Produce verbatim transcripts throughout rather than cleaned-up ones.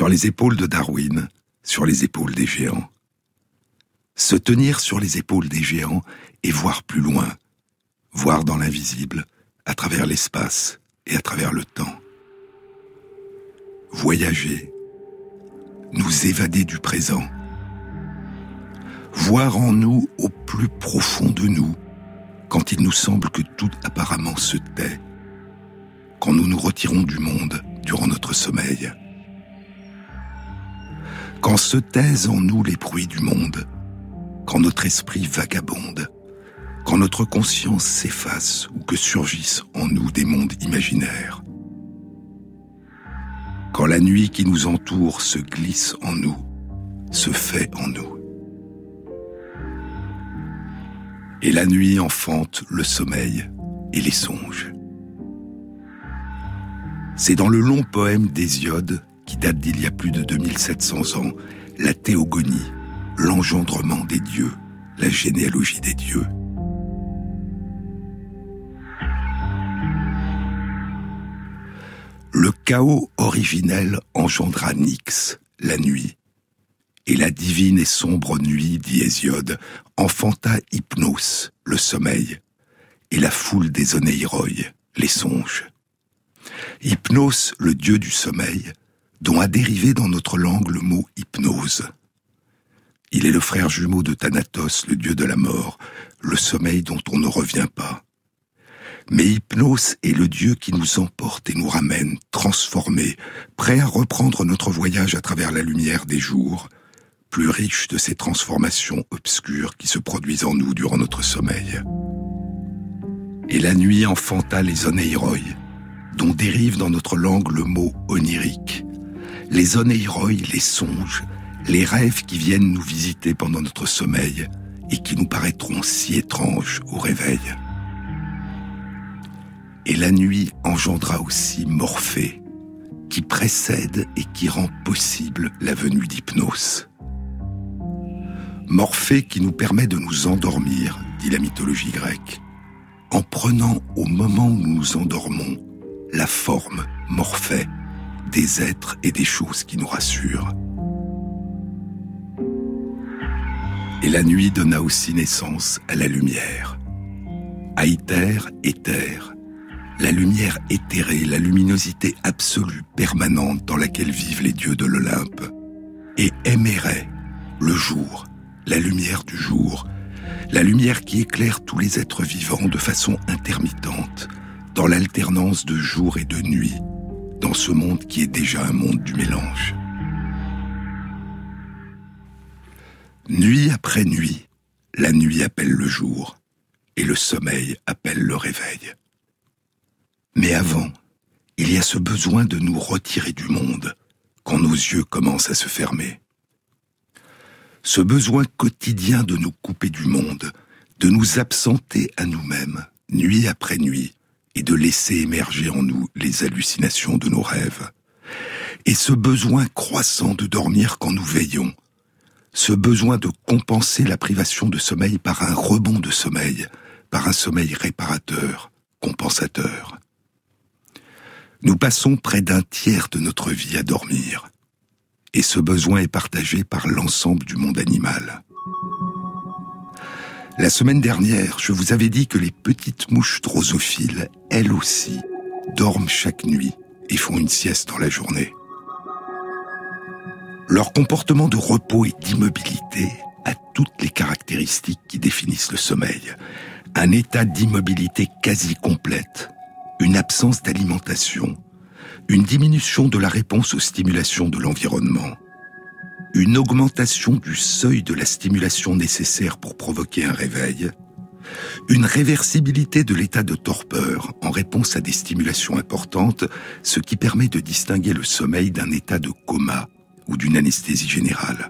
sur les épaules de Darwin, sur les épaules des géants. Se tenir sur les épaules des géants et voir plus loin, voir dans l'invisible, à travers l'espace et à travers le temps. Voyager, nous évader du présent, voir en nous au plus profond de nous, quand il nous semble que tout apparemment se tait, quand nous nous retirons du monde durant notre sommeil. Quand se taisent en nous les bruits du monde, quand notre esprit vagabonde, quand notre conscience s'efface ou que surgissent en nous des mondes imaginaires. Quand la nuit qui nous entoure se glisse en nous, se fait en nous. Et la nuit enfante le sommeil et les songes. C'est dans le long poème d'Hésiode, qui date d'il y a plus de deux mille sept cents ans, la théogonie, l'engendrement des dieux, la généalogie des dieux. Le chaos originel engendra Nyx, la nuit, et la divine et sombre nuit, dit Hésiode, enfanta Hypnos, le sommeil, et la foule des onéiroi, les songes. Hypnos, le dieu du sommeil, dont a dérivé dans notre langue le mot hypnose. Il est le frère jumeau de Thanatos, le dieu de la mort, le sommeil dont on ne revient pas. Mais Hypnos est le dieu qui nous emporte et nous ramène, transformés, prêts à reprendre notre voyage à travers la lumière des jours, plus riche de ces transformations obscures qui se produisent en nous durant notre sommeil. Et la nuit enfanta les onéiroi, dont dérive dans notre langue le mot onirique. Les onéiroi, les songes, les rêves qui viennent nous visiter pendant notre sommeil et qui nous paraîtront si étranges au réveil. Et la nuit engendra aussi Morphée, qui précède et qui rend possible la venue d'Hypnos. Morphée qui nous permet de nous endormir, dit la mythologie grecque, en prenant au moment où nous nous endormons la forme, Morphée, des êtres et des choses qui nous rassurent. Et la nuit donna aussi naissance à la lumière. Aïtère, éther, la lumière éthérée, la luminosité absolue, permanente dans laquelle vivent les dieux de l'Olympe. Et Éméré, le jour, la lumière du jour, la lumière qui éclaire tous les êtres vivants de façon intermittente, dans l'alternance de jour et de nuit, dans ce monde qui est déjà un monde du mélange. Nuit après nuit, la nuit appelle le jour, et le sommeil appelle le réveil. Mais avant, il y a ce besoin de nous retirer du monde, quand nos yeux commencent à se fermer. Ce besoin quotidien de nous couper du monde, de nous absenter à nous-mêmes, nuit après nuit, et de laisser émerger en nous les hallucinations de nos rêves. Et ce besoin croissant de dormir quand nous veillons, ce besoin de compenser la privation de sommeil par un rebond de sommeil, par un sommeil réparateur, compensateur. Nous passons près d'un tiers de notre vie à dormir, et ce besoin est partagé par l'ensemble du monde animal. La semaine dernière, je vous avais dit que les petites mouches drosophiles, elles aussi, dorment chaque nuit et font une sieste dans la journée. Leur comportement de repos et d'immobilité a toutes les caractéristiques qui définissent le sommeil. Un état d'immobilité quasi complète, une absence d'alimentation, une diminution de la réponse aux stimulations de l'environnement, une augmentation du seuil de la stimulation nécessaire pour provoquer un réveil, une réversibilité de l'état de torpeur en réponse à des stimulations importantes, ce qui permet de distinguer le sommeil d'un état de coma ou d'une anesthésie générale.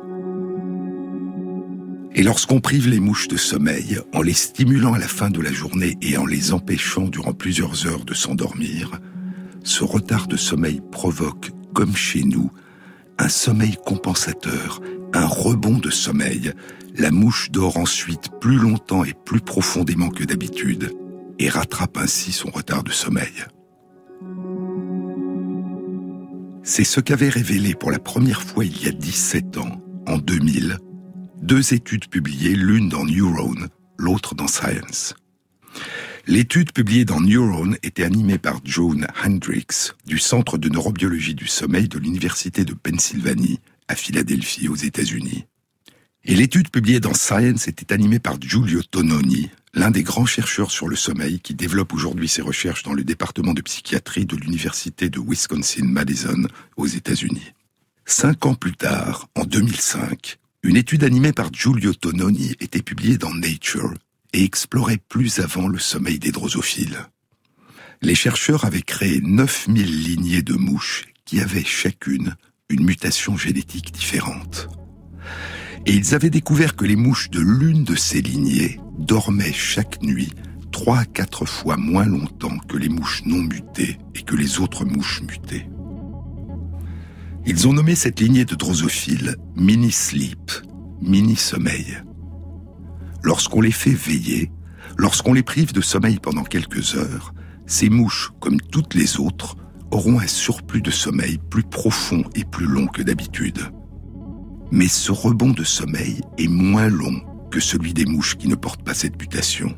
Et lorsqu'on prive les mouches de sommeil, en les stimulant à la fin de la journée et en les empêchant durant plusieurs heures de s'endormir, ce retard de sommeil provoque, comme chez nous, un sommeil compensateur, un rebond de sommeil. La mouche dort ensuite plus longtemps et plus profondément que d'habitude et rattrape ainsi son retard de sommeil. C'est ce qu'avaient révélé pour la première fois il y a dix-sept ans, en deux mille, deux études publiées, l'une dans Neurone, l'autre dans Science. L'étude publiée dans Neurone était animée par Joan Hendricks du Centre de neurobiologie du sommeil de l'Université de Pennsylvanie à Philadelphie aux États-Unis. Et l'étude publiée dans Science était animée par Giulio Tononi, l'un des grands chercheurs sur le sommeil qui développe aujourd'hui ses recherches dans le département de psychiatrie de l'Université de Wisconsin-Madison aux États-Unis. Cinq ans plus tard, en deux mille cinq, une étude animée par Giulio Tononi était publiée dans Nature et explorait plus avant le sommeil des drosophiles. Les chercheurs avaient créé neuf mille lignées de mouches qui avaient chacune une mutation génétique différente. Et ils avaient découvert que les mouches de l'une de ces lignées dormaient chaque nuit trois à quatre fois moins longtemps que les mouches non mutées et que les autres mouches mutées. Ils ont nommé cette lignée de drosophiles mini-sleep, mini-sommeil. Lorsqu'on les fait veiller, lorsqu'on les prive de sommeil pendant quelques heures, ces mouches, comme toutes les autres, auront un surplus de sommeil plus profond et plus long que d'habitude. Mais ce rebond de sommeil est moins long que celui des mouches qui ne portent pas cette mutation.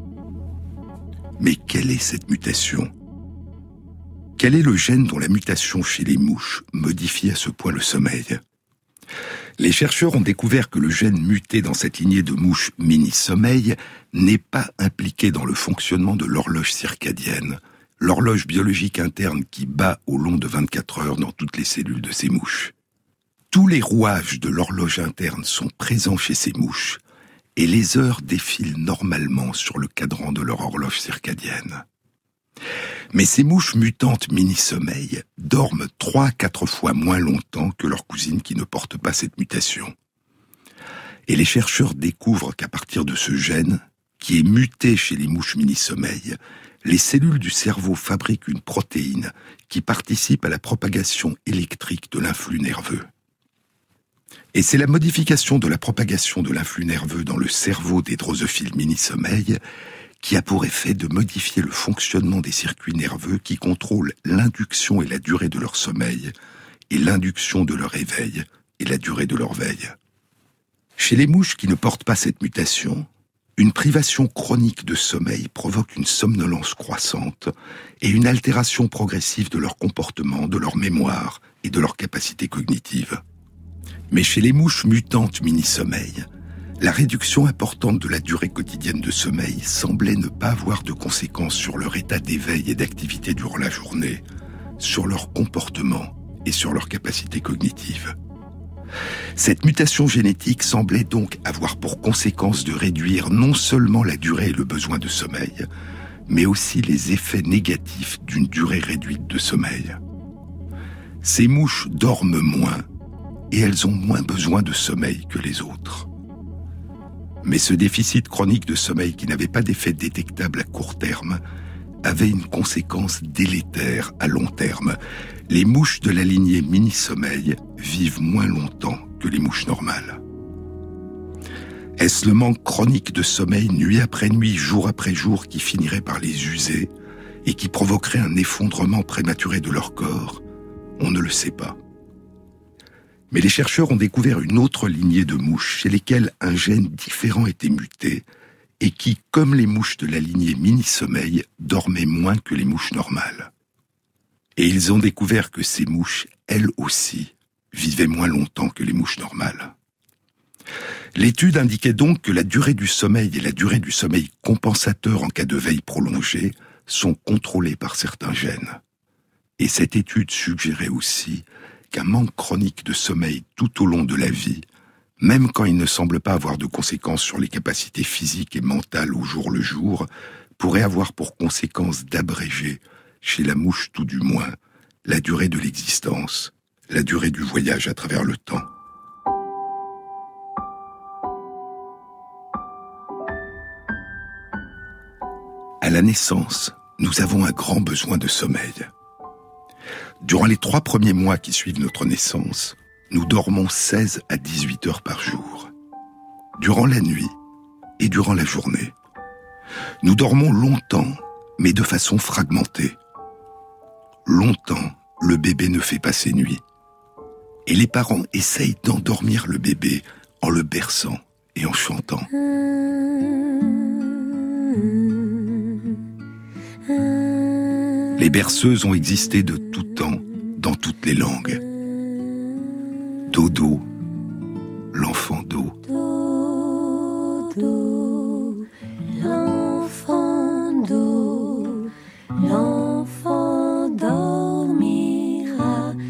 Mais quelle est cette mutation ? Quel est le gène dont la mutation chez les mouches modifie à ce point le sommeil ? Les chercheurs ont découvert que le gène muté dans cette lignée de mouches mini-sommeil n'est pas impliqué dans le fonctionnement de l'horloge circadienne, l'horloge biologique interne qui bat au long de vingt-quatre heures dans toutes les cellules de ces mouches. Tous les rouages de l'horloge interne sont présents chez ces mouches et les heures défilent normalement sur le cadran de leur horloge circadienne. Mais ces mouches mutantes mini-sommeil dorment trois à quatre fois moins longtemps que leurs cousines qui ne portent pas cette mutation. Et les chercheurs découvrent qu'à partir de ce gène, qui est muté chez les mouches mini-sommeil, les cellules du cerveau fabriquent une protéine qui participe à la propagation électrique de l'influx nerveux. Et c'est la modification de la propagation de l'influx nerveux dans le cerveau des drosophiles mini-sommeil qui a pour effet de modifier le fonctionnement des circuits nerveux qui contrôlent l'induction et la durée de leur sommeil, et l'induction de leur éveil et la durée de leur veille. Chez les mouches qui ne portent pas cette mutation, une privation chronique de sommeil provoque une somnolence croissante et une altération progressive de leur comportement, de leur mémoire et de leur capacité cognitive. Mais chez les mouches mutantes mini-sommeil, la réduction importante de la durée quotidienne de sommeil semblait ne pas avoir de conséquences sur leur état d'éveil et d'activité durant la journée, sur leur comportement et sur leur capacité cognitive. Cette mutation génétique semblait donc avoir pour conséquence de réduire non seulement la durée et le besoin de sommeil, mais aussi les effets négatifs d'une durée réduite de sommeil. Ces mouches dorment moins et elles ont moins besoin de sommeil que les autres. Mais ce déficit chronique de sommeil qui n'avait pas d'effet détectable à court terme avait une conséquence délétère à long terme. Les mouches de la lignée mini-sommeil vivent moins longtemps que les mouches normales. Est-ce le manque chronique de sommeil nuit après nuit, jour après jour qui finirait par les user et qui provoquerait un effondrement prématuré de leur corps ? On ne le sait pas. Mais les chercheurs ont découvert une autre lignée de mouches chez lesquelles un gène différent était muté et qui, comme les mouches de la lignée mini-sommeil, dormaient moins que les mouches normales. Et ils ont découvert que ces mouches, elles aussi, vivaient moins longtemps que les mouches normales. L'étude indiquait donc que la durée du sommeil et la durée du sommeil compensateur en cas de veille prolongée sont contrôlées par certains gènes. Et cette étude suggérait aussi qu'un manque chronique de sommeil tout au long de la vie, même quand il ne semble pas avoir de conséquences sur les capacités physiques et mentales au jour le jour, pourrait avoir pour conséquence d'abréger, chez la mouche tout du moins, la durée de l'existence, la durée du voyage à travers le temps. À la naissance, nous avons un grand besoin de sommeil. Durant les trois premiers mois qui suivent notre naissance, nous dormons seize à dix-huit heures par jour, durant la nuit et durant la journée. Nous dormons longtemps, mais de façon fragmentée. Longtemps le bébé ne fait pas ses nuits. Et les parents essayent d'endormir le bébé en le berçant et en chantant. Les berceuses ont existé de tout temps, dans toutes les langues. Dodo, l'enfant d'eau. Dodo, l'enfant d'eau, l'enfant dormira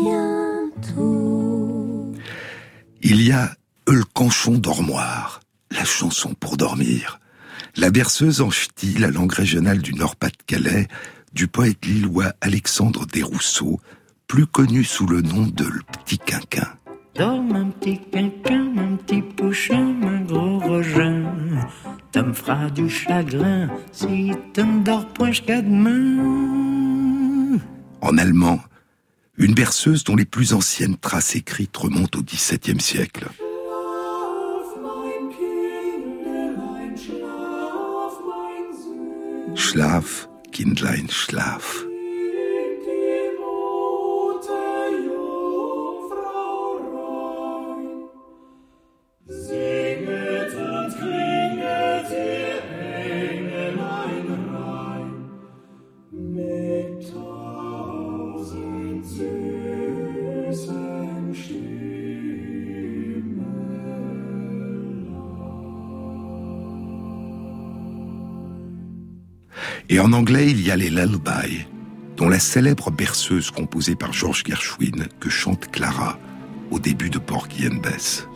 bientôt. Il y a le canchon dormoir, la chanson pour dormir. La berceuse en ch'ti, la langue régionale du Nord-Pas-de-Calais, du poète lillois Alexandre Desrousseaux, plus connu sous le nom de le Petit Quinquin. Dors, mon petit quinquin, mon petit pouchin, mon gros rogin. Tu me feras du chagrin si tu ne dors point jusqu'à demain. En allemand, une berceuse dont les plus anciennes traces écrites remontent au dix-septième siècle. Schlaf, Kindlein, schlaf. Et en anglais, il y a les lullabies, dont la célèbre berceuse composée par George Gershwin que chante Clara au début de Porgy and Bess.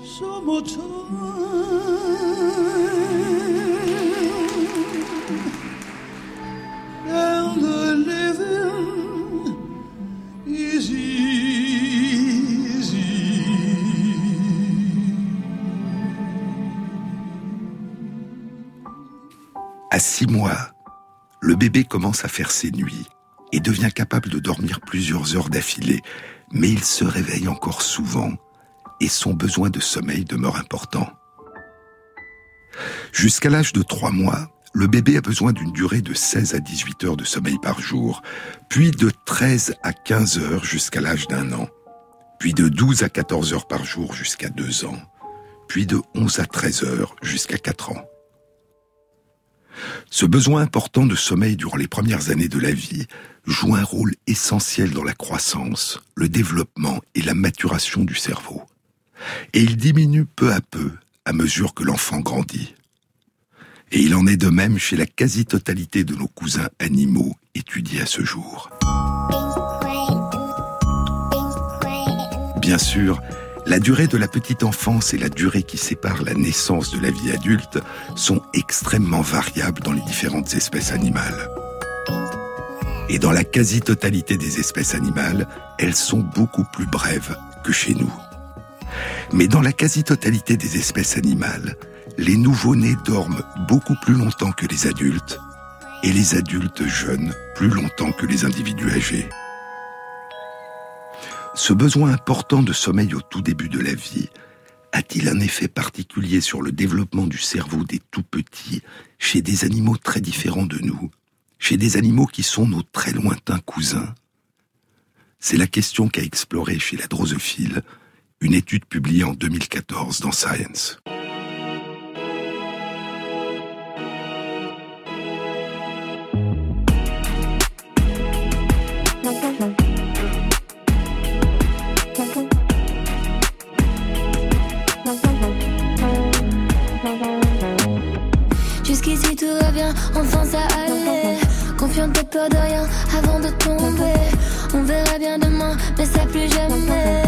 À six mois, le bébé commence à faire ses nuits et devient capable de dormir plusieurs heures d'affilée, mais il se réveille encore souvent et son besoin de sommeil demeure important. Jusqu'à l'âge de trois mois, le bébé a besoin d'une durée de seize à dix-huit heures de sommeil par jour, puis de treize à quinze heures jusqu'à l'âge d'un an, puis de douze à quatorze heures par jour jusqu'à deux ans, puis de onze à treize heures jusqu'à quatre ans. Ce besoin important de sommeil durant les premières années de la vie joue un rôle essentiel dans la croissance, le développement et la maturation du cerveau. Et il diminue peu à peu à mesure que l'enfant grandit. Et il en est de même chez la quasi-totalité de nos cousins animaux étudiés à ce jour. Bien sûr, la durée de la petite enfance et la durée qui sépare la naissance de la vie adulte sont extrêmement variables dans les différentes espèces animales. Et dans la quasi-totalité des espèces animales, elles sont beaucoup plus brèves que chez nous. Mais dans la quasi-totalité des espèces animales, les nouveau-nés dorment beaucoup plus longtemps que les adultes, et les adultes jeûnent plus longtemps que les individus âgés. Ce besoin important de sommeil au tout début de la vie a-t-il un effet particulier sur le développement du cerveau des tout-petits chez des animaux très différents de nous, chez des animaux qui sont nos très lointains cousins? C'est la question qu'a explorée chez la drosophile une étude publiée en deux mille quatorze dans Science. Jusqu'ici tout va bien, enfin ça allait. Confiante, pas peur de rien avant de tomber. On verra bien demain, mais ça plus jamais.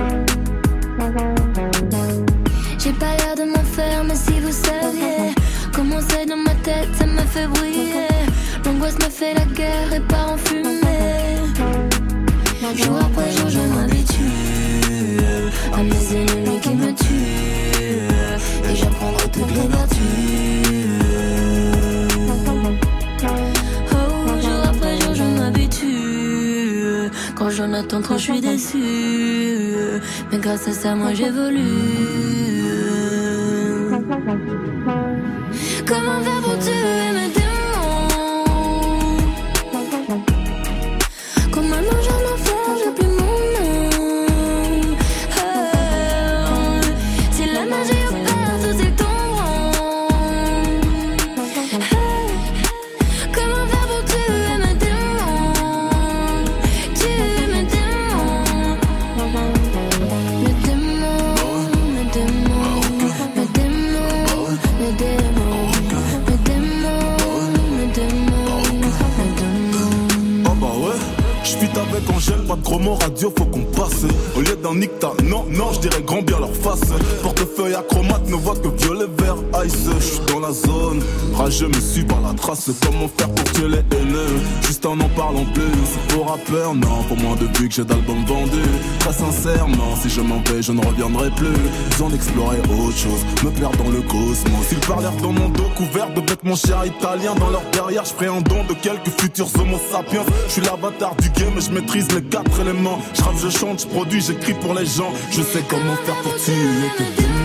J'ai pas l'air de m'en faire, mais si vous saviez comment c'est dans ma tête, ça me fait briller. L'angoisse me fait la guerre et part en fumée. Jour après jour, je m'habitue à mes ennemis qui me tuent, et j'apprendrai toutes les vertus. Oh, jour après jour, je m'habitue. Quand j'en attends trop, je suis déçue, mais grâce à ça, moi j'évolue. Comment faire pour tuer mes démons? Comment j'en ai fait? mec en gêne, pas de gros mots radio, faut qu'on passe. Au lieu d'un nicta, non, non, je dirais grand bien leur face. Portefeuille acromate, ne voit que violet, vert, ice. J'suis dans la zone, rageux me suis par la trace. Comment faire pour tuer les haineux, juste en en parlant plus. C'est pour rappeur, non, pour moins de vues que j'ai d'albums vendus. Très sincèrement, si je m'en vais, je ne reviendrai plus. Besoin d'explorer autre chose, me perdre dans le cosmos. Ils parlèrent dans mon dos couvert de vêtements chers italiens. Dans leur derrière, je ferai un don de quelques futurs homo sapiens. Je suis l'avatar du game et je maîtrise les quatre éléments. Je rappe, je chante, je produis, j'écris pour les gens. Je sais comment faire pour tuer tes démons.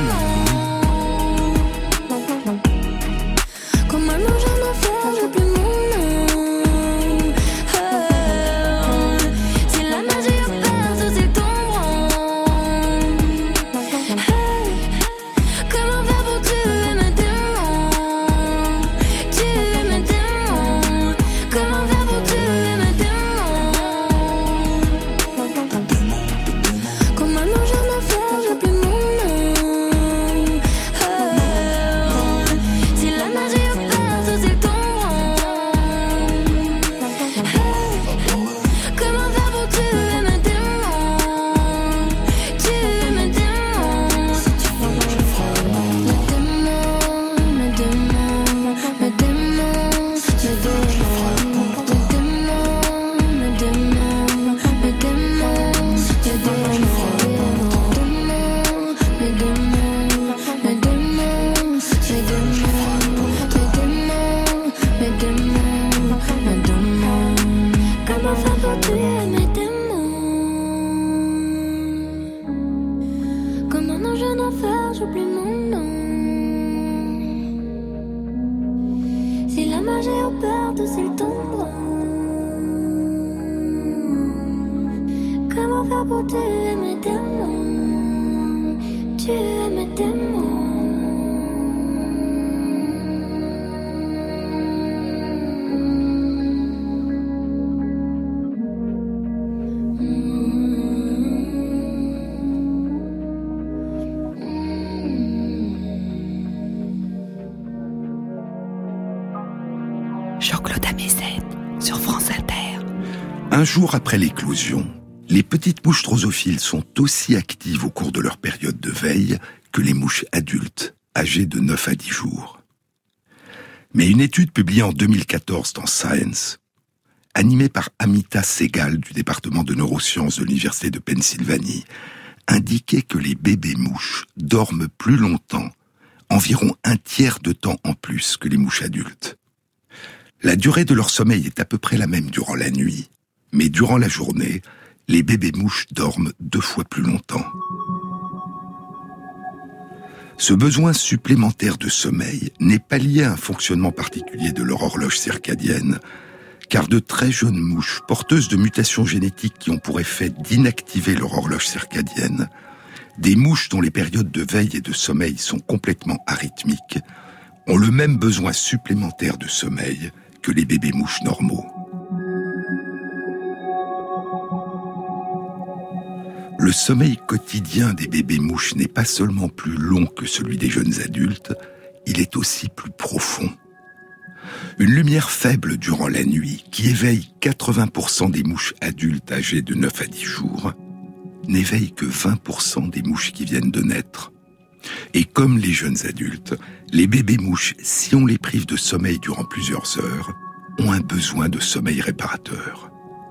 Un jour après l'éclosion, les petites mouches drosophiles sont aussi actives au cours de leur période de veille que les mouches adultes, âgées de neuf à dix jours. Mais une étude publiée en deux mille quatorze dans Science, animée par Amita Sehgal du département de neurosciences de l'Université de Pennsylvanie, indiquait que les bébés mouches dorment plus longtemps, environ un tiers de temps en plus que les mouches adultes. La durée de leur sommeil est à peu près la même durant la nuit, mais durant la journée, les bébés mouches dorment deux fois plus longtemps. Ce besoin supplémentaire de sommeil n'est pas lié à un fonctionnement particulier de leur horloge circadienne, car de très jeunes mouches porteuses de mutations génétiques qui ont pour effet d'inactiver leur horloge circadienne, des mouches dont les périodes de veille et de sommeil sont complètement arythmiques, ont le même besoin supplémentaire de sommeil que les bébés mouches normaux. Le sommeil quotidien des bébés mouches n'est pas seulement plus long que celui des jeunes adultes, il est aussi plus profond. Une lumière faible durant la nuit, qui éveille quatre-vingts pour cent des mouches adultes âgées de neuf à dix jours, n'éveille que vingt pour cent des mouches qui viennent de naître. Et comme les jeunes adultes, les bébés mouches, si on les prive de sommeil durant plusieurs heures, ont un besoin de sommeil réparateur.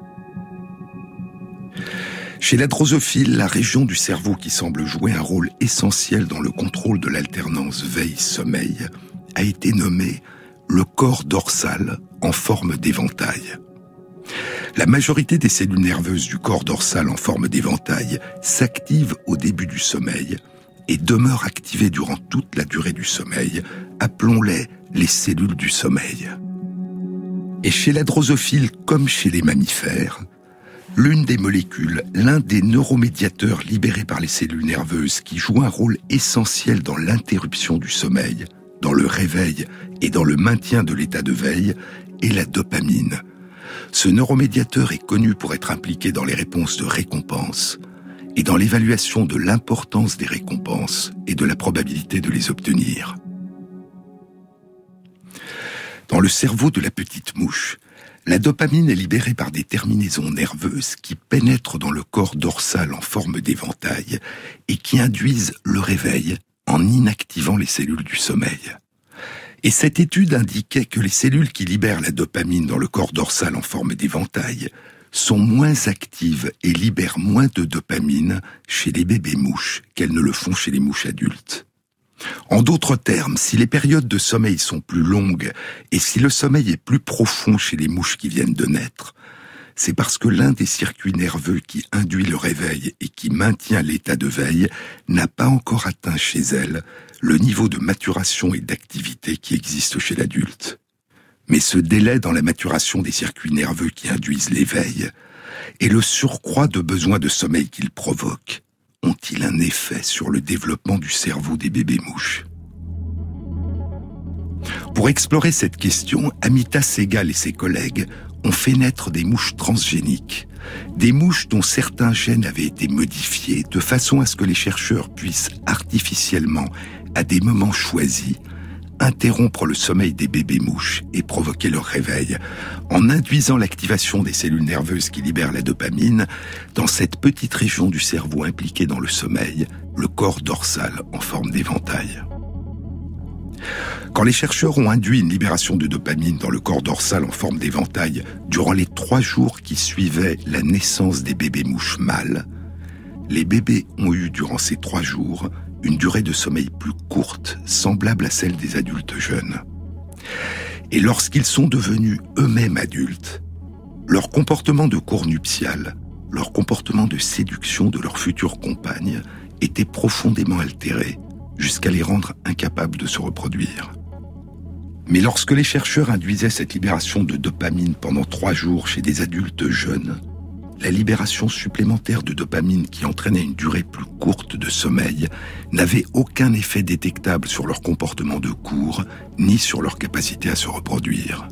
Chez la drosophile, la région du cerveau qui semble jouer un rôle essentiel dans le contrôle de l'alternance veille-sommeil a été nommée le corps dorsal en forme d'éventail. La majorité des cellules nerveuses du corps dorsal en forme d'éventail s'activent au début du sommeil et demeurent activées durant toute la durée du sommeil. Appelons-les les cellules du sommeil. Et chez la drosophile, comme chez les mammifères, l'une des molécules, l'un des neuromédiateurs libérés par les cellules nerveuses qui jouent un rôle essentiel dans l'interruption du sommeil, dans le réveil et dans le maintien de l'état de veille, est la dopamine. Ce neuromédiateur est connu pour être impliqué dans les réponses de récompense et dans l'évaluation de l'importance des récompenses et de la probabilité de les obtenir. Dans le cerveau de la petite mouche, la dopamine est libérée par des terminaisons nerveuses qui pénètrent dans le corps dorsal en forme d'éventail et qui induisent le réveil en inactivant les cellules du sommeil. Et cette étude indiquait que les cellules qui libèrent la dopamine dans le corps dorsal en forme d'éventail sont moins actives et libèrent moins de dopamine chez les bébés mouches qu'elles ne le font chez les mouches adultes. En d'autres termes, si les périodes de sommeil sont plus longues et si le sommeil est plus profond chez les mouches qui viennent de naître, c'est parce que l'un des circuits nerveux qui induit le réveil et qui maintient l'état de veille n'a pas encore atteint chez elles le niveau de maturation et d'activité qui existe chez l'adulte. Mais ce délai dans la maturation des circuits nerveux qui induisent l'éveil et le surcroît de besoins de sommeil qu'ils provoquent ont-ils un effet sur le développement du cerveau des bébés mouches? Pour explorer cette question, Amita Sehgal et ses collègues ont fait naître des mouches transgéniques, des mouches dont certains gènes avaient été modifiés de façon à ce que les chercheurs puissent artificiellement, à des moments choisis, interrompre le sommeil des bébés mouches et provoquer leur réveil, en induisant l'activation des cellules nerveuses qui libèrent la dopamine dans cette petite région du cerveau impliquée dans le sommeil, le corps dorsal en forme d'éventail. Quand les chercheurs ont induit une libération de dopamine dans le corps dorsal en forme d'éventail durant les trois jours qui suivaient la naissance des bébés mouches mâles, les bébés ont eu durant ces trois jours une durée de sommeil plus courte, semblable à celle des adultes jeunes. Et lorsqu'ils sont devenus eux-mêmes adultes, leur comportement de cours nuptial, leur comportement de séduction de leur future compagne était profondément altéré, jusqu'à les rendre incapables de se reproduire. Mais lorsque les chercheurs induisaient cette libération de dopamine pendant trois jours chez des adultes jeunes, la libération supplémentaire de dopamine qui entraînait une durée plus courte de sommeil n'avait aucun effet détectable sur leur comportement de cours, ni sur leur capacité à se reproduire.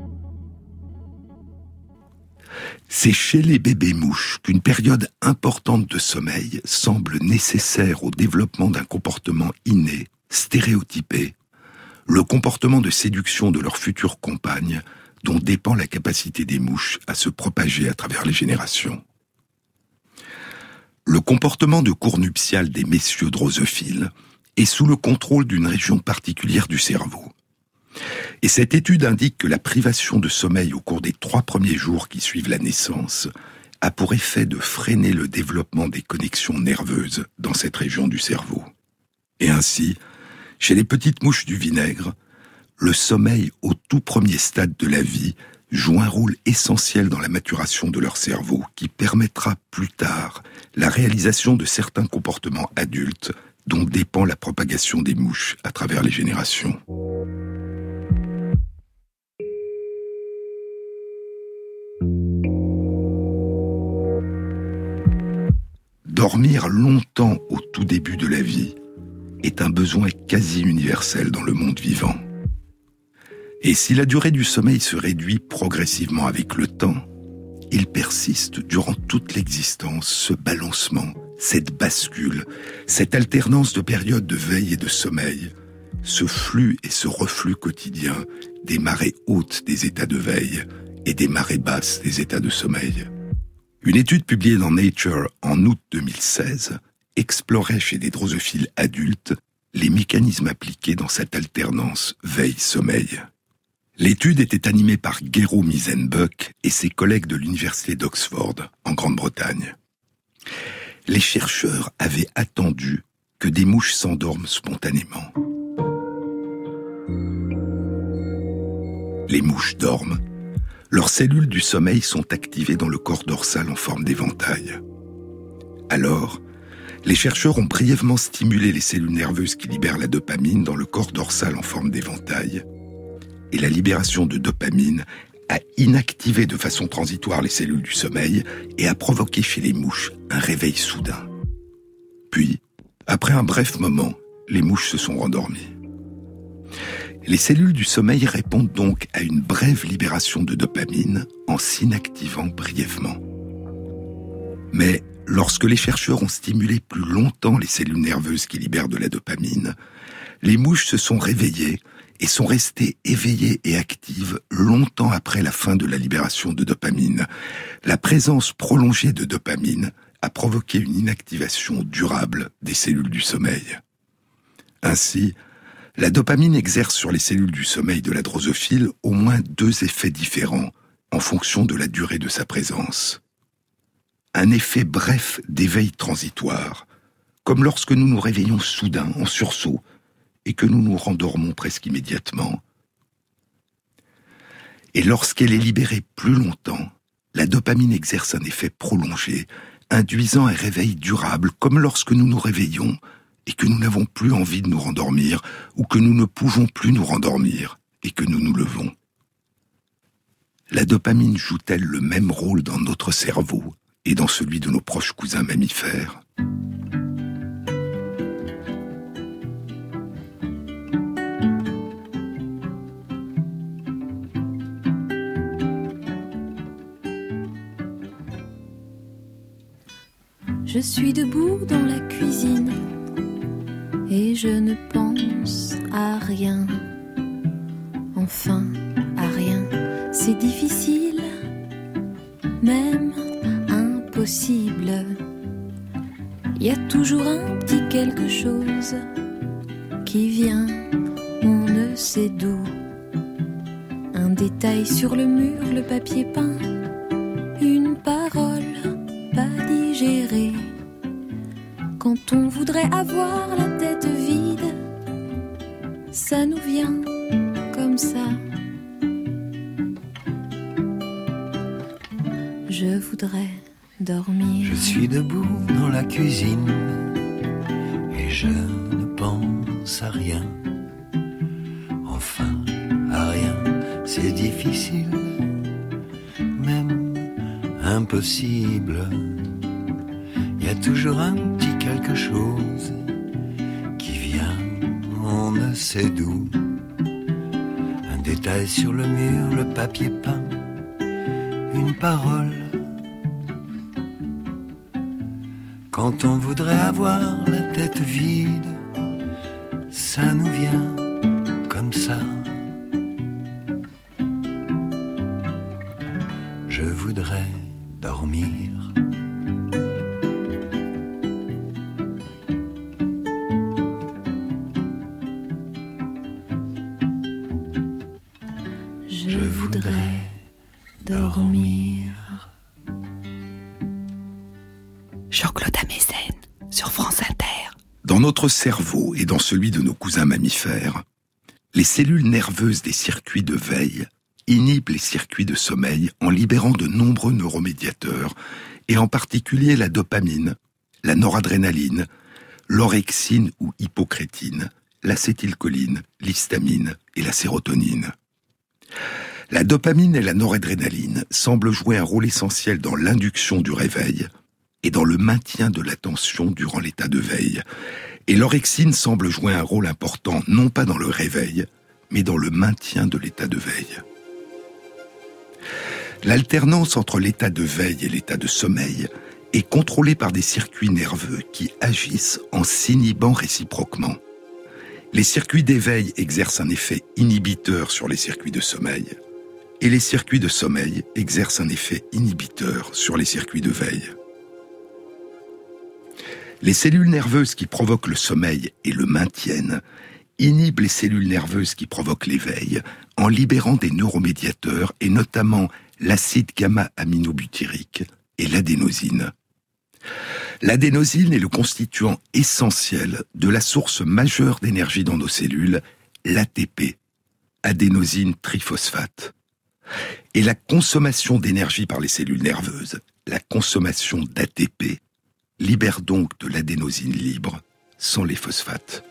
C'est chez les bébés mouches qu'une période importante de sommeil semble nécessaire au développement d'un comportement inné, stéréotypé, le comportement de séduction de leur future compagne, dont dépend la capacité des mouches à se propager à travers les générations. Le comportement de cours nuptial des messieurs drosophiles est sous le contrôle d'une région particulière du cerveau. Et cette étude indique que la privation de sommeil au cours des trois premiers jours qui suivent la naissance a pour effet de freiner le développement des connexions nerveuses dans cette région du cerveau. Et ainsi, chez les petites mouches du vinaigre, le sommeil au tout premier stade de la vie joue un rôle essentiel dans la maturation de leur cerveau qui permettra plus tard la réalisation de certains comportements adultes dont dépend la propagation des mouches à travers les générations. Dormir longtemps au tout début de la vie est un besoin quasi universel dans le monde vivant. Et si la durée du sommeil se réduit progressivement avec le temps, il persiste durant toute l'existence ce balancement, cette bascule, cette alternance de périodes de veille et de sommeil, ce flux et ce reflux quotidien des marées hautes des états de veille et des marées basses des états de sommeil. Une étude publiée dans Nature en août deux mille seize explorait chez des drosophiles adultes les mécanismes appliqués dans cette alternance veille-sommeil. L'étude était animée par Gero Miesenböck et ses collègues de l'université d'Oxford, en Grande-Bretagne. Les chercheurs avaient attendu que des mouches s'endorment spontanément. Les mouches dorment. Leurs cellules du sommeil sont activées dans le corps dorsal en forme d'éventail. Alors, les chercheurs ont brièvement stimulé les cellules nerveuses qui libèrent la dopamine dans le corps dorsal en forme d'éventail, et la libération de dopamine a inactivé de façon transitoire les cellules du sommeil et a provoqué chez les mouches un réveil soudain. Puis, après un bref moment, les mouches se sont rendormies. Les cellules du sommeil répondent donc à une brève libération de dopamine en s'inactivant brièvement. Mais lorsque les chercheurs ont stimulé plus longtemps les cellules nerveuses qui libèrent de la dopamine, les mouches se sont réveillées et sont restées éveillées et actives longtemps après la fin de la libération de dopamine. La présence prolongée de dopamine a provoqué une inactivation durable des cellules du sommeil. Ainsi, la dopamine exerce sur les cellules du sommeil de la drosophile au moins deux effets différents en fonction de la durée de sa présence. Un effet bref d'éveil transitoire, comme lorsque nous nous réveillons soudain, en sursaut, et que nous nous rendormons presque immédiatement. Et lorsqu'elle est libérée plus longtemps, la dopamine exerce un effet prolongé, induisant un réveil durable, comme lorsque nous nous réveillons et que nous n'avons plus envie de nous rendormir, ou que nous ne pouvons plus nous rendormir et que nous nous levons. La dopamine joue-t-elle le même rôle dans notre cerveau et dans celui de nos proches cousins mammifères ? Je suis debout dans la cuisine et je ne pense à rien. Enfin, à rien. C'est difficile, même impossible. Il y a toujours un petit quelque chose qui vient, on ne sait d'où. Un détail sur le mur, le papier peint, une parole pas digérée. Quand on voudrait avoir la tête vide, ça nous vient comme ça. Je voudrais dormir. Je suis debout dans la cuisine et je ne pense à rien. Enfin, à rien, c'est difficile, même impossible. Il y a toujours un petit quelque chose qui vient, on ne sait d'où. Un détail sur le mur, le papier peint, une parole. Quand on voudrait avoir la tête vide, ça nous vient comme ça. Je voudrais dormir. Je voudrais dormir. Jean-Claude Amezen sur France Inter. Dans notre cerveau et dans celui de nos cousins mammifères, les cellules nerveuses des circuits de veille inhibent les circuits de sommeil en libérant de nombreux neuromédiateurs, et en particulier la dopamine, la noradrénaline, l'orexine ou hypocrétine, l'acétylcholine, l'histamine et la sérotonine. La dopamine et la noradrénaline semblent jouer un rôle essentiel dans l'induction du réveil et dans le maintien de l'attention durant l'état de veille. Et l'orexine semble jouer un rôle important non pas dans le réveil, mais dans le maintien de l'état de veille. L'alternance entre l'état de veille et l'état de sommeil est contrôlée par des circuits nerveux qui agissent en s'inhibant réciproquement. Les circuits d'éveil exercent un effet inhibiteur sur les circuits de sommeil, et les circuits de sommeil exercent un effet inhibiteur sur les circuits de veille. Les cellules nerveuses qui provoquent le sommeil et le maintiennent inhibent les cellules nerveuses qui provoquent l'éveil en libérant des neuromédiateurs et notamment l'acide gamma-aminobutyrique et l'adénosine. L'adénosine est le constituant essentiel de la source majeure d'énergie dans nos cellules, l'A T P, adénosine triphosphate. Et la consommation d'énergie par les cellules nerveuses, la consommation d'A T P, libère donc de l'adénosine libre sans les phosphates.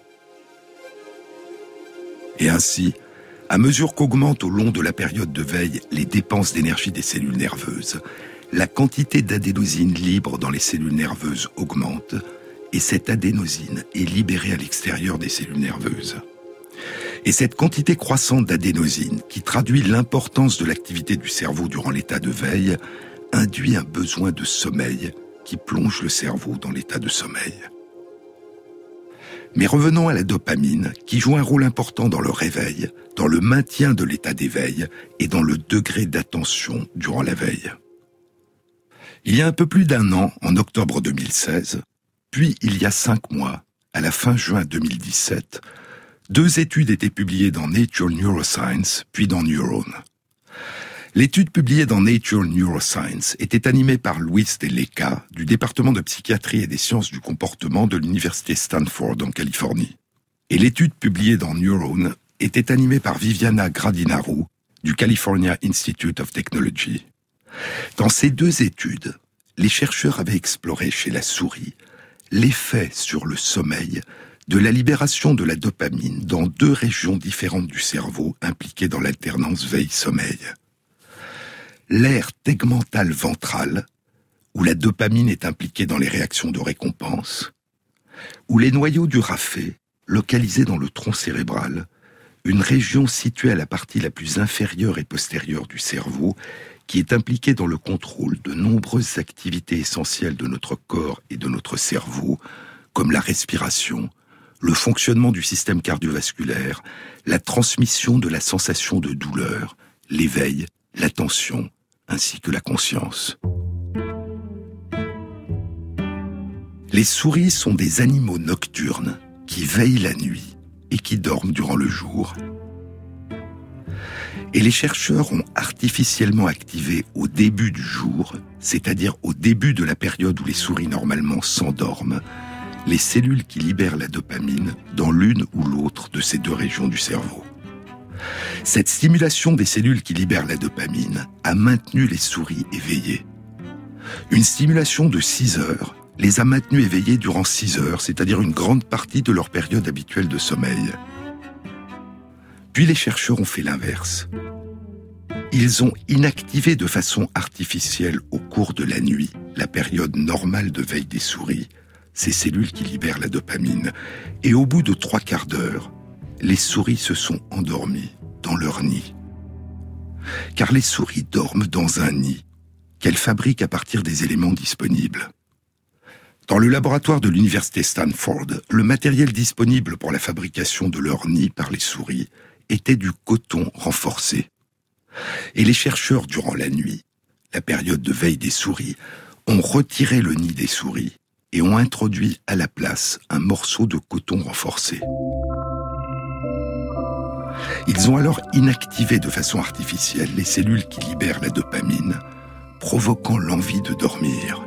Et ainsi, à mesure qu'augmentent au long de la période de veille les dépenses d'énergie des cellules nerveuses, la quantité d'adénosine libre dans les cellules nerveuses augmente et cette adénosine est libérée à l'extérieur des cellules nerveuses. Et cette quantité croissante d'adénosine, qui traduit l'importance de l'activité du cerveau durant l'état de veille, induit un besoin de sommeil qui plonge le cerveau dans l'état de sommeil. Mais revenons à la dopamine, qui joue un rôle important dans le réveil, dans le maintien de l'état d'éveil et dans le degré d'attention durant la veille. Il y a un peu plus d'un an, en octobre deux mille seize, puis il y a cinq mois, à la fin juin deux mille dix-sept, deux études étaient publiées dans Nature Neuroscience, puis dans Neuron. L'étude publiée dans Nature Neuroscience était animée par Luis de Leca, du département de psychiatrie et des sciences du comportement de l'université Stanford en Californie. Et l'étude publiée dans Neuron était animée par Viviana Gradinaru, du California Institute of Technology. Dans ces deux études, les chercheurs avaient exploré chez la souris l'effet sur le sommeil de la libération de la dopamine dans deux régions différentes du cerveau impliquées dans l'alternance veille-sommeil. L'aire tegmentale ventrale, où la dopamine est impliquée dans les réactions de récompense, ou les noyaux du raphet, localisés dans le tronc cérébral, une région située à la partie la plus inférieure et postérieure du cerveau, qui est impliquée dans le contrôle de nombreuses activités essentielles de notre corps et de notre cerveau, comme la respiration, le fonctionnement du système cardiovasculaire, la transmission de la sensation de douleur, l'éveil, l'attention, ainsi que la conscience. Les souris sont des animaux nocturnes qui veillent la nuit et qui dorment durant le jour. Et les chercheurs ont artificiellement activé au début du jour, c'est-à-dire au début de la période où les souris normalement s'endorment, les cellules qui libèrent la dopamine dans l'une ou l'autre de ces deux régions du cerveau. Cette stimulation des cellules qui libèrent la dopamine a maintenu les souris éveillées. Une stimulation de six heures les a maintenues éveillées durant six heures, c'est-à-dire une grande partie de leur période habituelle de sommeil. Puis les chercheurs ont fait l'inverse. Ils ont inactivé de façon artificielle au cours de la nuit, la période normale de veille des souris, ces cellules qui libèrent la dopamine. Et au bout de trois quarts d'heure, les souris se sont endormies dans leur nid. Car les souris dorment dans un nid qu'elles fabriquent à partir des éléments disponibles. Dans le laboratoire de l'université Stanford, le matériel disponible pour la fabrication de leur nid par les souris était du coton renforcé. Et les chercheurs, durant la nuit, la période de veille des souris, ont retiré le nid des souris et ont introduit à la place un morceau de coton renforcé. Ils ont alors inactivé de façon artificielle les cellules qui libèrent la dopamine, provoquant l'envie de dormir.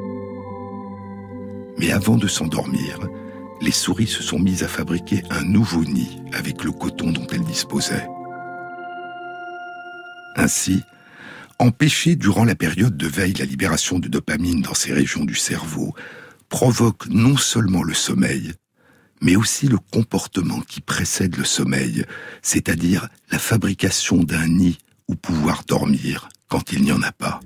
Mais avant de s'endormir, les souris se sont mises à fabriquer un nouveau nid avec le coton dont elles disposaient. Ainsi, empêcher durant la période de veille la libération de dopamine dans ces régions du cerveau provoque non seulement le sommeil, mais aussi le comportement qui précède le sommeil, c'est-à-dire la fabrication d'un nid où pouvoir dormir quand il n'y en a pas.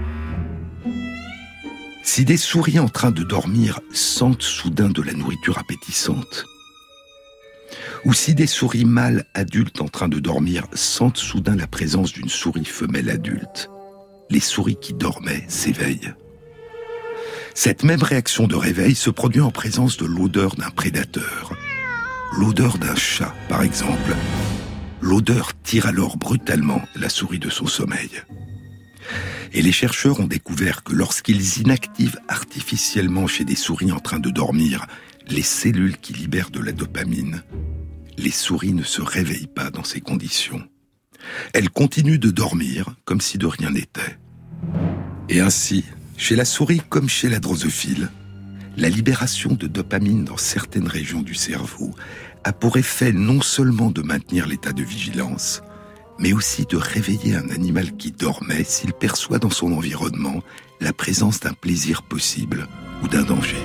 Si des souris en train de dormir sentent soudain de la nourriture appétissante, ou si des souris mâles adultes en train de dormir sentent soudain la présence d'une souris femelle adulte, les souris qui dormaient s'éveillent. Cette même réaction de réveil se produit en présence de l'odeur d'un prédateur. L'odeur d'un chat, par exemple. L'odeur tire alors brutalement la souris de son sommeil. Et les chercheurs ont découvert que lorsqu'ils inactivent artificiellement chez des souris en train de dormir les cellules qui libèrent de la dopamine, les souris ne se réveillent pas dans ces conditions. Elles continuent de dormir comme si de rien n'était. Et ainsi, chez la souris comme chez la drosophile, la libération de dopamine dans certaines régions du cerveau a pour effet non seulement de maintenir l'état de vigilance, mais aussi de réveiller un animal qui dormait s'il perçoit dans son environnement la présence d'un plaisir possible ou d'un danger.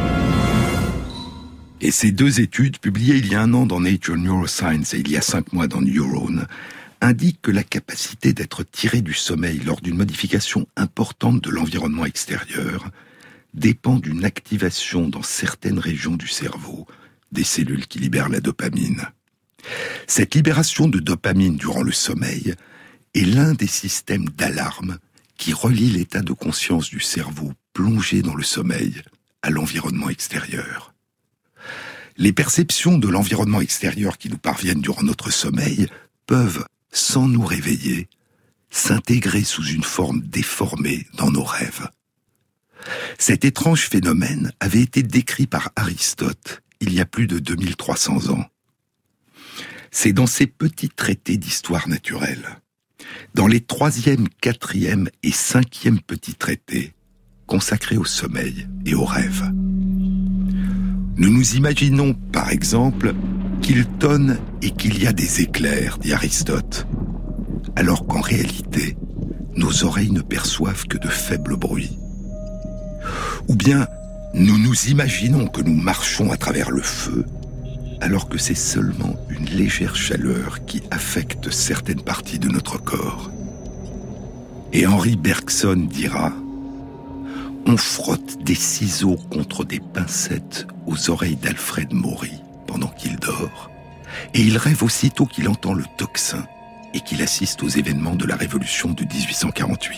Et ces deux études, publiées il y a un an dans Nature Neuroscience et il y a cinq mois dans Neuron, indiquent que la capacité d'être tiré du sommeil lors d'une modification importante de l'environnement extérieur dépend d'une activation dans certaines régions du cerveau des cellules qui libèrent la dopamine. Cette libération de dopamine durant le sommeil est l'un des systèmes d'alarme qui relie l'état de conscience du cerveau plongé dans le sommeil à l'environnement extérieur. Les perceptions de l'environnement extérieur qui nous parviennent durant notre sommeil peuvent, sans nous réveiller, s'intégrer sous une forme déformée dans nos rêves. Cet étrange phénomène avait été décrit par Aristote il y a plus de deux mille trois cents ans. C'est dans ses petits traités d'histoire naturelle, dans les troisième, quatrième et cinquième petits traités consacrés au sommeil et aux rêves. Nous nous imaginons, par exemple, qu'il tonne et qu'il y a des éclairs, dit Aristote, alors qu'en réalité, nos oreilles ne perçoivent que de faibles bruits. Ou bien, nous nous imaginons que nous marchons à travers le feu, alors que c'est seulement une légère chaleur qui affecte certaines parties de notre corps. Et Henri Bergson dira « On frotte des ciseaux contre des pincettes aux oreilles d'Alfred Maury pendant qu'il dort, et il rêve aussitôt qu'il entend le tocsin et qu'il assiste aux événements de la Révolution de dix-huit cent quarante-huit. »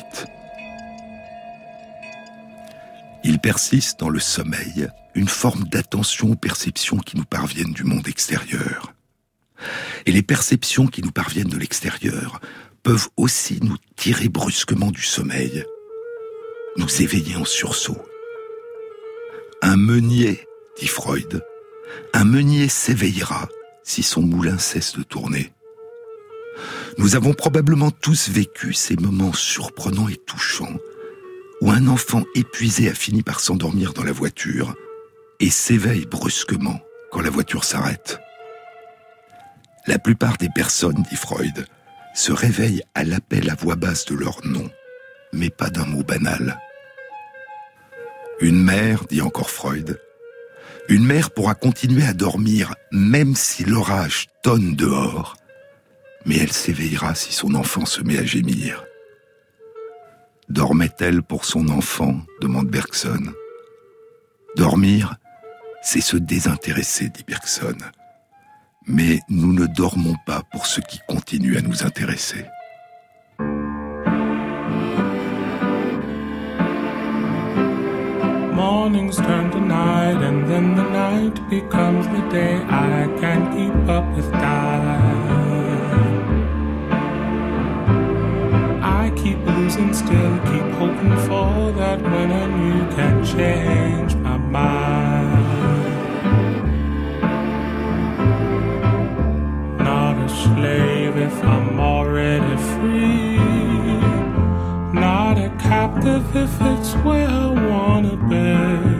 Il persiste dans le sommeil une forme d'attention aux perceptions qui nous parviennent du monde extérieur. Et les perceptions qui nous parviennent de l'extérieur peuvent aussi nous tirer brusquement du sommeil, nous éveiller en sursaut. Un meunier, dit Freud, un meunier s'éveillera si son moulin cesse de tourner. Nous avons probablement tous vécu ces moments surprenants et touchants où un enfant épuisé a fini par s'endormir dans la voiture et s'éveille brusquement quand la voiture s'arrête. La plupart des personnes, dit Freud, se réveillent à l'appel à voix basse de leur nom, mais pas d'un mot banal. Une mère, dit encore Freud, une mère pourra continuer à dormir même si l'orage tonne dehors, mais elle s'éveillera si son enfant se met à gémir. Dormait-elle pour son enfant ? Demande Bergson. Dormir, c'est se désintéresser, dit Bergson. Mais nous ne dormons pas pour ce qui continue à nous intéresser. Mornings turn to night and then the night becomes the day. I can't keep up with time. I keep losing still, keep hoping for that when I knew can change my mind. Not a slave if I'm already free. Not a captive if it's where I wanna be.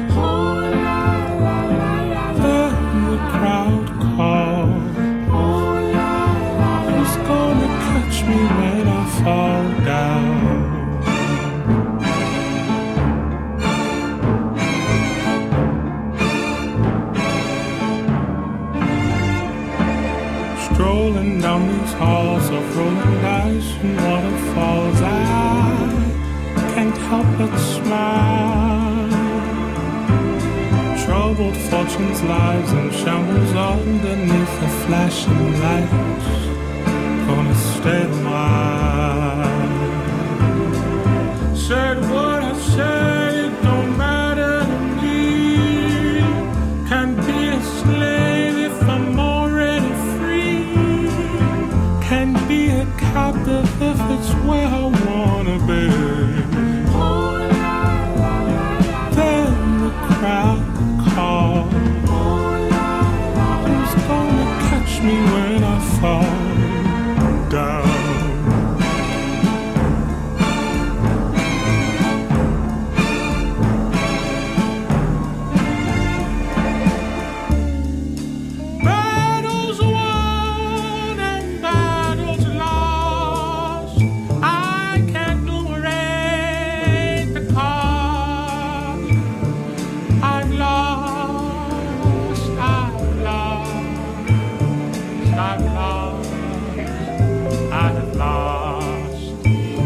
Then the crowd calls. Who's gonna catch me when I fall down? Strolling down these halls of rolling dice and waterfalls, I can't help but smile. Troubled fortunes, lives and shambles underneath the flashing lights, gonna stay a while. Said what I said, it don't matter to me. Can't be a slave if I'm already free. Can't be a captive if it's where I wanna be. Then the crowd calls. Who's gonna catch me when I fall down? Battles won and battles lost. I can't numerate the cost. I've lost, I've lost, I've lost, I've lost.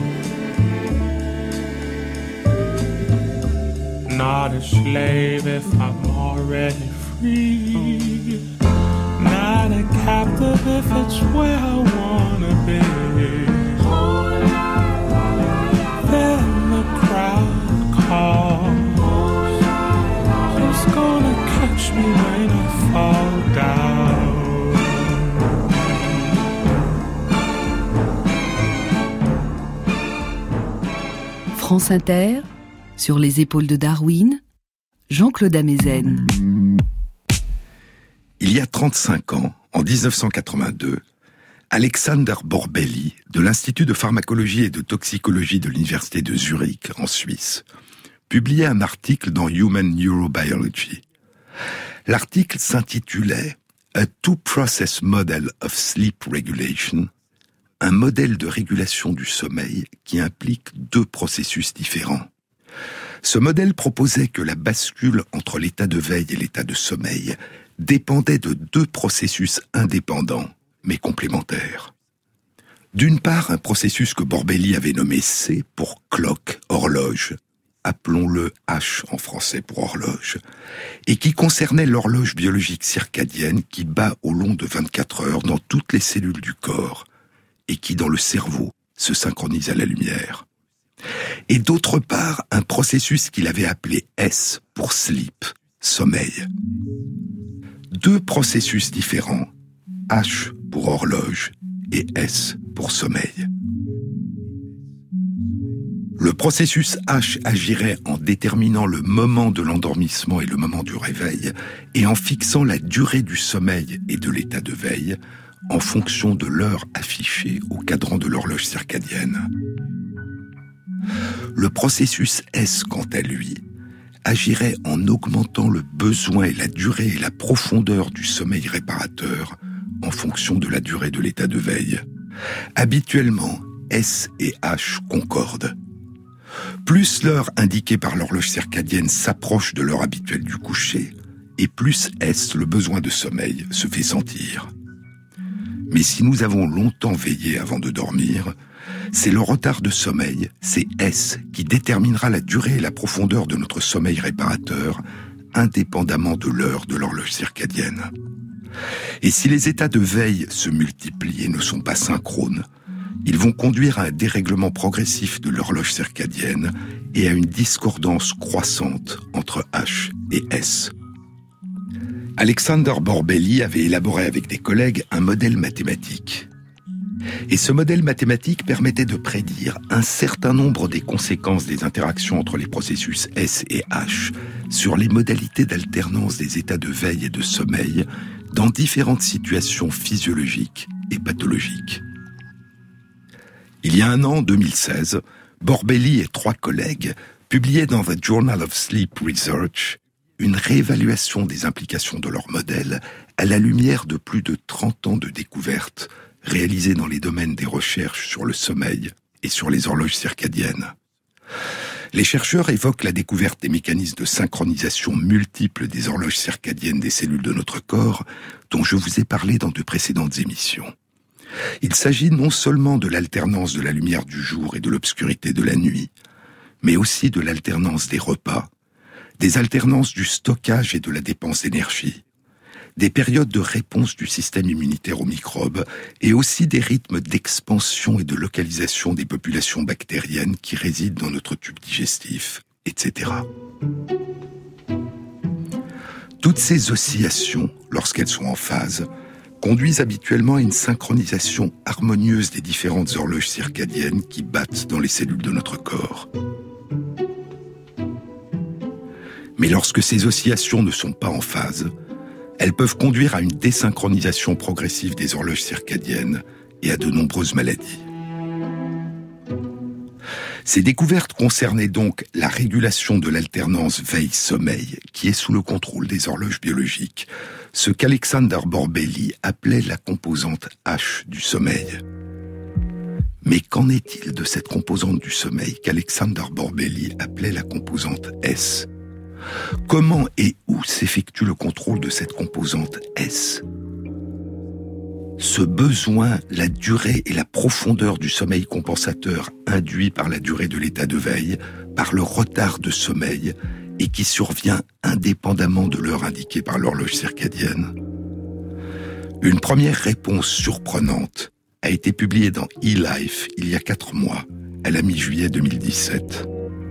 Not a slave if I'm already free. Not a captive if it's where I wanna be. Then the crowd calls. Who's gonna catch me when I fall? France Inter, sur les épaules de Darwin, Jean-Claude Amezen. Il y a trente-cinq ans, en dix-neuf cent quatre-vingt-deux, Alexander Borbély, de l'Institut de pharmacologie et de toxicologie de l'Université de Zurich, en Suisse, publiait un article dans Human Neurobiology. L'article s'intitulait « A two-process model of sleep regulation », un modèle de régulation du sommeil qui implique deux processus différents. Ce modèle proposait que la bascule entre l'état de veille et l'état de sommeil dépendait de deux processus indépendants, mais complémentaires. D'une part, un processus que Borbély avait nommé C pour clock, horloge, appelons-le H en français pour horloge, et qui concernait l'horloge biologique circadienne qui bat au long de vingt-quatre heures dans toutes les cellules du corps, et qui, dans le cerveau, se synchronise à la lumière. Et d'autre part, un processus qu'il avait appelé S pour sleep, sommeil. Deux processus différents, H pour horloge et S pour sommeil. Le processus H agirait en déterminant le moment de l'endormissement et le moment du réveil, et en fixant la durée du sommeil et de l'état de veille, en fonction de l'heure affichée au cadran de l'horloge circadienne. Le processus S, quant à lui, agirait en augmentant le besoin et la durée et la profondeur du sommeil réparateur en fonction de la durée de l'état de veille. Habituellement, S et H concordent. Plus l'heure indiquée par l'horloge circadienne s'approche de l'heure habituelle du coucher, et plus S, le besoin de sommeil, se fait sentir. Mais si nous avons longtemps veillé avant de dormir, c'est le retard de sommeil, c'est S, qui déterminera la durée et la profondeur de notre sommeil réparateur, indépendamment de l'heure de l'horloge circadienne. Et si les états de veille se multiplient et ne sont pas synchrones, ils vont conduire à un dérèglement progressif de l'horloge circadienne et à une discordance croissante entre H et S. Alexander Borbély avait élaboré avec des collègues un modèle mathématique. Et ce modèle mathématique permettait de prédire un certain nombre des conséquences des interactions entre les processus S et H sur les modalités d'alternance des états de veille et de sommeil dans différentes situations physiologiques et pathologiques. Il y a un an, en deux mille seize, Borbély et trois collègues publiaient dans The Journal of Sleep Research une réévaluation des implications de leur modèle à la lumière de plus de trente ans de découvertes réalisées dans les domaines des recherches sur le sommeil et sur les horloges circadiennes. Les chercheurs évoquent la découverte des mécanismes de synchronisation multiples des horloges circadiennes des cellules de notre corps, dont je vous ai parlé dans de précédentes émissions. Il s'agit non seulement de l'alternance de la lumière du jour et de l'obscurité de la nuit, mais aussi de l'alternance des repas, des alternances du stockage et de la dépense d'énergie, des périodes de réponse du système immunitaire aux microbes et aussi des rythmes d'expansion et de localisation des populations bactériennes qui résident dans notre tube digestif, et cetera. Toutes ces oscillations, lorsqu'elles sont en phase, conduisent habituellement à une synchronisation harmonieuse des différentes horloges circadiennes qui battent dans les cellules de notre corps. Mais lorsque ces oscillations ne sont pas en phase, elles peuvent conduire à une désynchronisation progressive des horloges circadiennes et à de nombreuses maladies. Ces découvertes concernaient donc la régulation de l'alternance veille-sommeil qui est sous le contrôle des horloges biologiques, ce qu'Alexander Borbély appelait la composante H du sommeil. Mais qu'en est-il de cette composante du sommeil qu'Alexander Borbély appelait la composante S ? Comment et où s'effectue le contrôle de cette composante S ? Ce besoin, la durée et la profondeur du sommeil compensateur induit par la durée de l'état de veille, par le retard de sommeil, et qui survient indépendamment de l'heure indiquée par l'horloge circadienne. Une première réponse surprenante a été publiée dans eLife il y a quatre mois, à la mi-juillet deux mille dix-sept.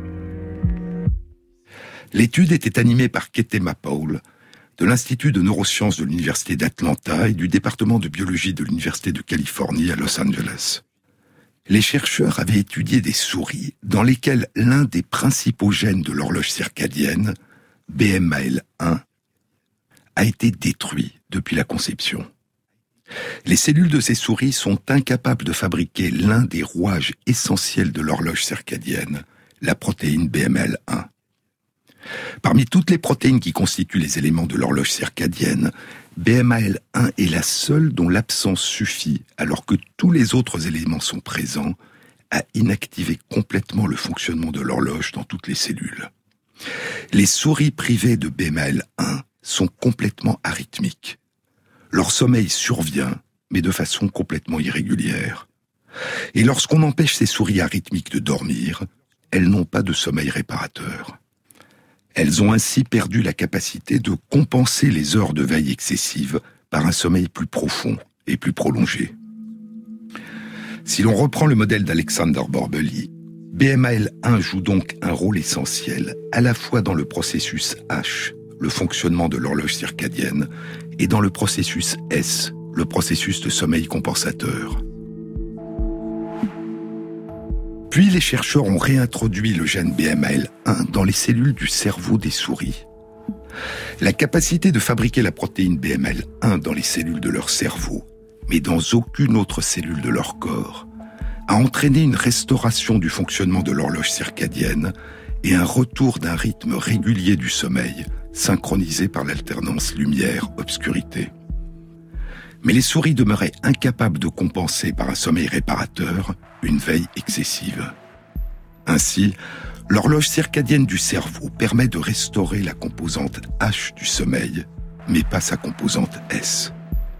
L'étude était animée par Ketema Paul, de l'Institut de neurosciences de l'Université d'Atlanta et du département de biologie de l'Université de Californie à Los Angeles. Les chercheurs avaient étudié des souris dans lesquelles l'un des principaux gènes de l'horloge circadienne, B M A L un, a été détruit depuis la conception. Les cellules de ces souris sont incapables de fabriquer l'un des rouages essentiels de l'horloge circadienne, la protéine B M A L un. Parmi toutes les protéines qui constituent les éléments de l'horloge circadienne, B M A L un est la seule dont l'absence suffit, alors que tous les autres éléments sont présents, à inactiver complètement le fonctionnement de l'horloge dans toutes les cellules. Les souris privées de B M A L un sont complètement arythmiques. Leur sommeil survient, mais de façon complètement irrégulière. Et lorsqu'on empêche ces souris arythmiques de dormir, elles n'ont pas de sommeil réparateur. Elles ont ainsi perdu la capacité de compenser les heures de veille excessive par un sommeil plus profond et plus prolongé. Si l'on reprend le modèle d'Alexander Borbély, B M A L un joue donc un rôle essentiel à la fois dans le processus H, le fonctionnement de l'horloge circadienne, et dans le processus S, le processus de sommeil compensateur. Puis les chercheurs ont réintroduit le gène B M A L un dans les cellules du cerveau des souris. La capacité de fabriquer la protéine B M A L un dans les cellules de leur cerveau, mais dans aucune autre cellule de leur corps, a entraîné une restauration du fonctionnement de l'horloge circadienne et un retour d'un rythme régulier du sommeil, synchronisé par l'alternance lumière-obscurité. Mais les souris demeuraient incapables de compenser par un sommeil réparateur une veille excessive. Ainsi, l'horloge circadienne du cerveau permet de restaurer la composante H du sommeil, mais pas sa composante S.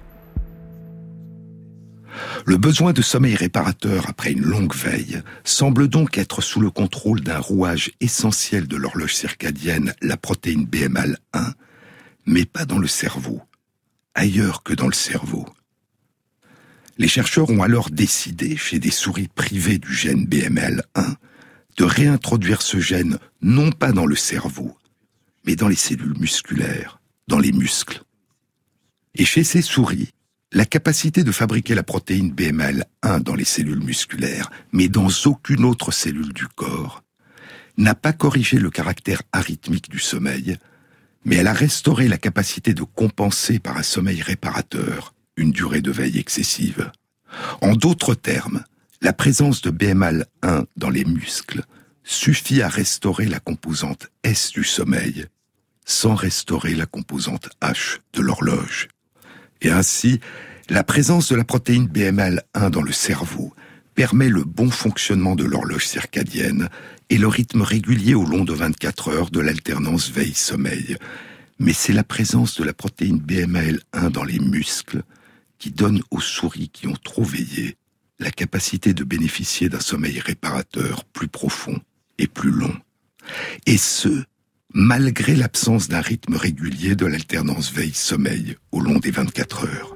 Le besoin de sommeil réparateur après une longue veille semble donc être sous le contrôle d'un rouage essentiel de l'horloge circadienne, la protéine B M A L un, mais pas dans le cerveau, ailleurs que dans le cerveau. Les chercheurs ont alors décidé, chez des souris privées du gène B M A L un, de réintroduire ce gène non pas dans le cerveau, mais dans les cellules musculaires, dans les muscles. Et chez ces souris, la capacité de fabriquer la protéine B M A L un dans les cellules musculaires, mais dans aucune autre cellule du corps, n'a pas corrigé le caractère arythmique du sommeil, mais elle a restauré la capacité de compenser par un sommeil réparateur une durée de veille excessive. En d'autres termes, la présence de B M A L un dans les muscles suffit à restaurer la composante S du sommeil, sans restaurer la composante H de l'horloge. Et ainsi, la présence de la protéine B M A L un dans le cerveau permet le bon fonctionnement de l'horloge circadienne et le rythme régulier au long de vingt-quatre heures de l'alternance veille-sommeil. Mais c'est la présence de la protéine B M A L un dans les muscles qui donne aux souris qui ont trop veillé la capacité de bénéficier d'un sommeil réparateur plus profond et plus long. Et ce, malgré l'absence d'un rythme régulier de l'alternance veille-sommeil au long des vingt-quatre heures.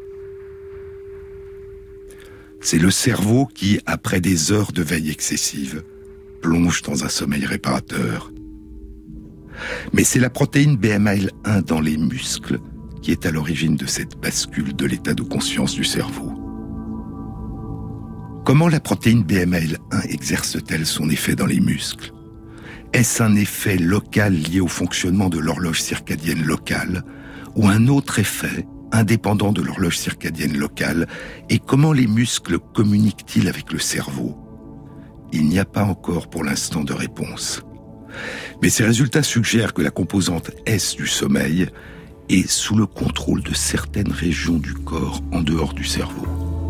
C'est le cerveau qui, après des heures de veille excessive, plonge dans un sommeil réparateur. Mais c'est la protéine B M A L un dans les muscles qui est à l'origine de cette bascule de l'état de conscience du cerveau. Comment la protéine B M A L un exerce-t-elle son effet dans les muscles ? Est-ce un effet local lié au fonctionnement de l'horloge circadienne locale ou un autre effet indépendant de l'horloge circadienne locale? Et comment les muscles communiquent-ils avec le cerveau ? Il n'y a pas encore pour l'instant de réponse. Mais ces résultats suggèrent que la composante S du sommeil est sous le contrôle de certaines régions du corps en dehors du cerveau.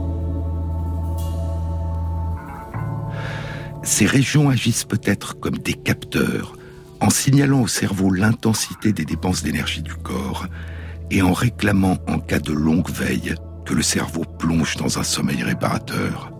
Ces régions agissent peut-être comme des capteurs, en signalant au cerveau l'intensité des dépenses d'énergie du corps et en réclamant, en cas de longue veille, que le cerveau plonge dans un sommeil réparateur.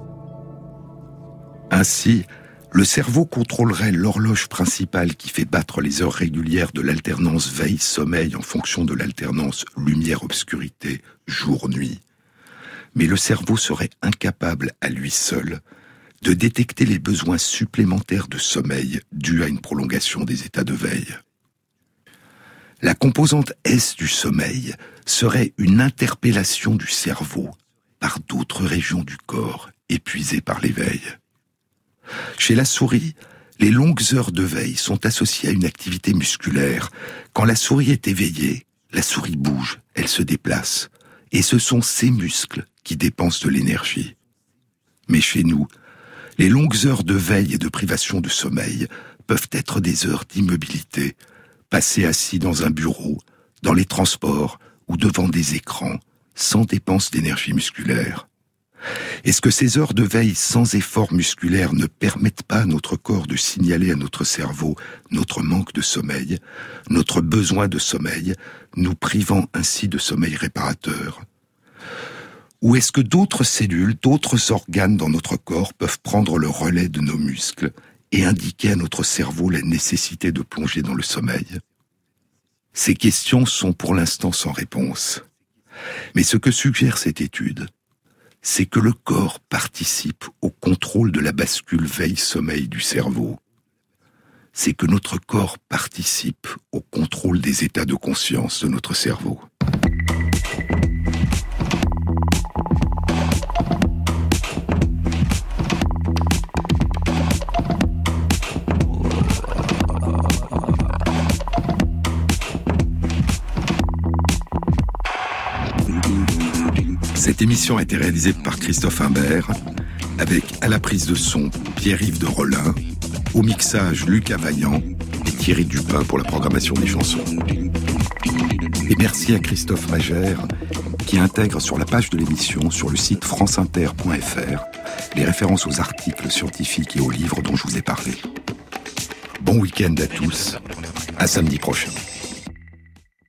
Ainsi, le cerveau contrôlerait l'horloge principale qui fait battre les heures régulières de l'alternance veille-sommeil en fonction de l'alternance lumière-obscurité, jour-nuit. Mais le cerveau serait incapable, à lui seul, de détecter les besoins supplémentaires de sommeil dus à une prolongation des états de veille. La composante S du sommeil serait une interpellation du cerveau par d'autres régions du corps épuisée par l'éveil. Chez la souris, les longues heures de veille sont associées à une activité musculaire. Quand la souris est éveillée, la souris bouge, elle se déplace, et ce sont ses muscles qui dépensent de l'énergie. Mais chez nous, les longues heures de veille et de privation de sommeil peuvent être des heures d'immobilité, passées assis dans un bureau, dans les transports ou devant des écrans, sans dépense d'énergie musculaire. Est-ce que ces heures de veille sans effort musculaire ne permettent pas à notre corps de signaler à notre cerveau notre manque de sommeil, notre besoin de sommeil, nous privant ainsi de sommeil réparateur ? Ou est-ce que d'autres cellules, d'autres organes dans notre corps peuvent prendre le relais de nos muscles et indiquer à notre cerveau la nécessité de plonger dans le sommeil ? Ces questions sont pour l'instant sans réponse. Mais ce que suggère cette étude, c'est que le corps participe au contrôle de la bascule veille-sommeil du cerveau. C'est que notre corps participe au contrôle des états de conscience de notre cerveau. Cette émission a été réalisée par Christophe Imbert, avec à la prise de son Pierre-Yves de Rollin, au mixage Lucas Vaillant et Thierry Dupin pour la programmation des chansons. Et merci à Christophe Magère qui intègre sur la page de l'émission sur le site franceinter point f r les références aux articles scientifiques et aux livres dont je vous ai parlé. Bon week-end à tous, à samedi prochain.